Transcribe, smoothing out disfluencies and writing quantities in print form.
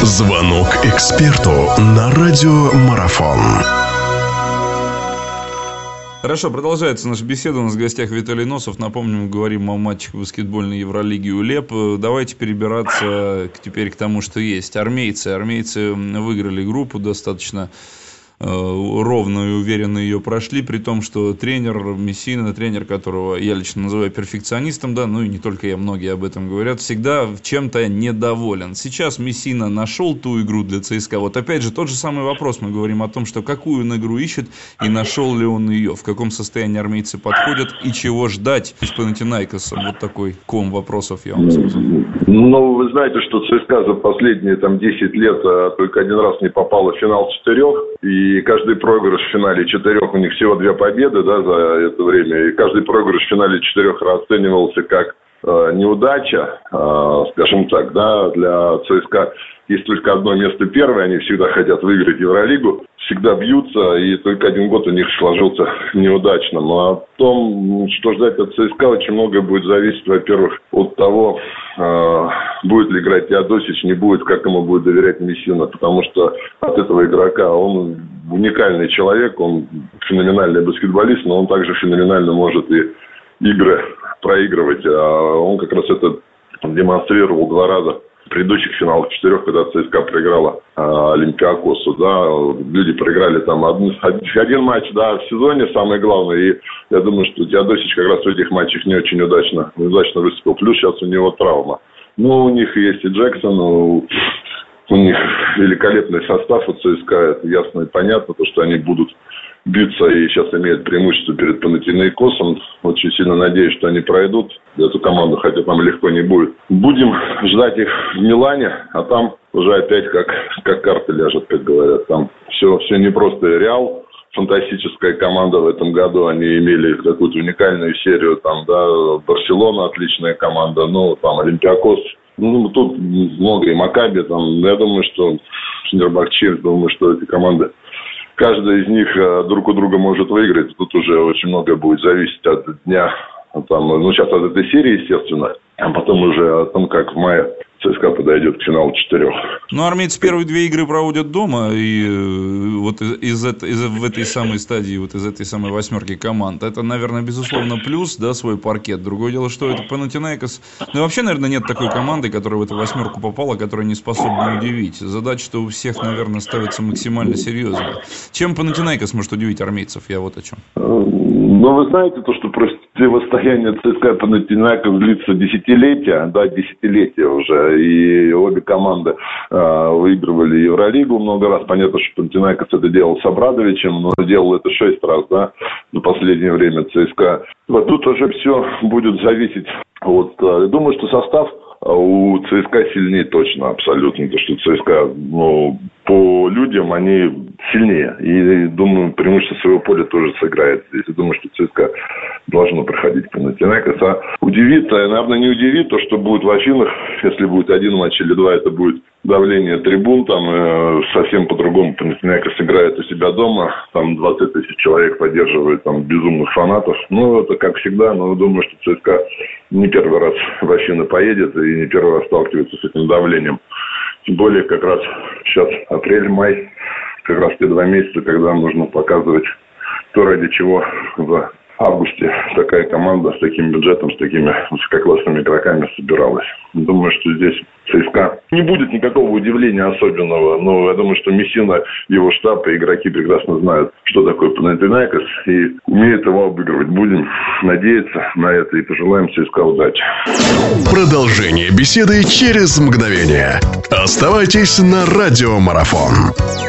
Звонок эксперту на радио Марафон. Хорошо, продолжается наша беседа. У нас в гостях Виталий Носов. Напомню, мы говорим о матчах баскетбольной Евролиги УЛЕП. Давайте перебираться теперь к тому, что есть. Армейцы выиграли группу достаточно ровно и уверенно ее прошли, при том, что тренер Мессина, тренер, которого я лично называю перфекционистом, да, ну и не только я, многие об этом говорят, всегда чем-то недоволен. Сейчас Мессина нашел ту игру для ЦСКА. Вот опять же тот же самый вопрос, мы говорим о том, что какую он игру ищет и нашел ли он ее, в каком состоянии армейцы подходят и чего ждать с Панатинаикосом. Вот такой ком вопросов я вам сказал. Ну, вы знаете, что ЦСКА за последние 10 лет только один раз не попала в финал 4, и каждый проигрыш в финале 4, у них всего 2 победы, да, за это время, и каждый проигрыш в финале 4 расценивался как неудача, скажем так, да, для ЦСКА. Есть только одно место первое, они всегда хотят выиграть Евролигу, всегда бьются, и только один год у них сложился неудачным. А о том, что ждать от ЦСКА, очень многое будет зависеть, во-первых, от того, будет ли играть Теодосич, не будет, как ему будет доверять Мессина, потому что от этого игрока он уникальный человек, он феноменальный баскетболист, но он также феноменально может и игры проигрывать. А он как раз это демонстрировал 2 раза в предыдущих финалах 4, когда ЦСКА проиграла Олимпиакосу, да, люди проиграли там один матч, да, в сезоне, самое главное, и я думаю, что Теодосич как раз в этих матчах не очень удачно выступил, плюс сейчас у него травма. Ну, у них есть и Джексон, у них великолепный состав у ЦСКА, это ясно и понятно, то, что они будут биться и сейчас имеют преимущество перед Панатинаикосом. Очень сильно надеюсь, что они пройдут эту команду, хотя там легко не будет. Будем ждать их в Милане, а там уже опять как карты ляжут, как говорят. Там все непросто. Реал, фантастическая команда в этом году. Они имели какую-то уникальную серию. Там, да, Барселона отличная команда, ну, там Олимпиакос. Ну, тут много, и Макаби, там, я думаю, что Фенербахче, думаю, что эти команды, каждая из них друг у друга может выиграть. Тут уже очень многое будет зависеть от дня, там, ну, сейчас от этой серии, естественно, а потом уже о том, как в мае ЦСКА подойдет к финалу 4. Ну, армейцы первые 2 игры проводят дома, и вот в этой самой стадии, вот из этой самой 8 команд, это, наверное, безусловно плюс, да, свой паркет. Другое дело, что это Панатинаикос. Ну, и вообще, наверное, нет такой команды, которая в эту 8 попала, которая не способна удивить. Задача-то у всех, наверное, ставится максимально серьезно. Чем Панатинаикос может удивить армейцев? Я вот о чем. Ну, вы знаете, то, что противостояние ЦСКА и Панатинаикос длится десятилетия, да, десятилетия уже, и обе команды выигрывали Евролигу много раз. Понятно, что Панатинаикос это делал с Абрадовичем, но делал это 6 раз, да, за последнее время ЦСКА. Вот тут уже все будет зависеть от... Думаю, что состав у ЦСКА сильнее точно, абсолютно. То, что ЦСКА, ну, по людям они сильнее. И, думаю, преимущество своего поля тоже сыграет. Если думаю, что ЦСКА должно проходить Панатинаикос. А удивит, наверное, не удивит то, что будет в Афинах. Если будет 1 матч или 2, это будет давление трибун. Там совсем по-другому Панатинаикос играет у себя дома. Там 20 тысяч человек поддерживают, там безумных фанатов. Ну, это как всегда. Но думаю, что ЦСКА не первый раз в Афины поедет и не первый раз сталкивается с этим давлением. Тем более, как раз сейчас апрель-май, как раз те 2 месяца, когда нужно показывать то, ради чего в августе такая команда с таким бюджетом, с такими высококлассными игроками собиралась. Думаю, что здесь ЦСКА не будет никакого удивления особенного, но я думаю, что Мессина, его штаб и игроки прекрасно знают, что такое Панатинаикос, и умеют его обыгрывать. Будем надеяться на это и пожелаем ЦСКА удачи. Продолжение беседы через мгновение. Оставайтесь на радио Марафон.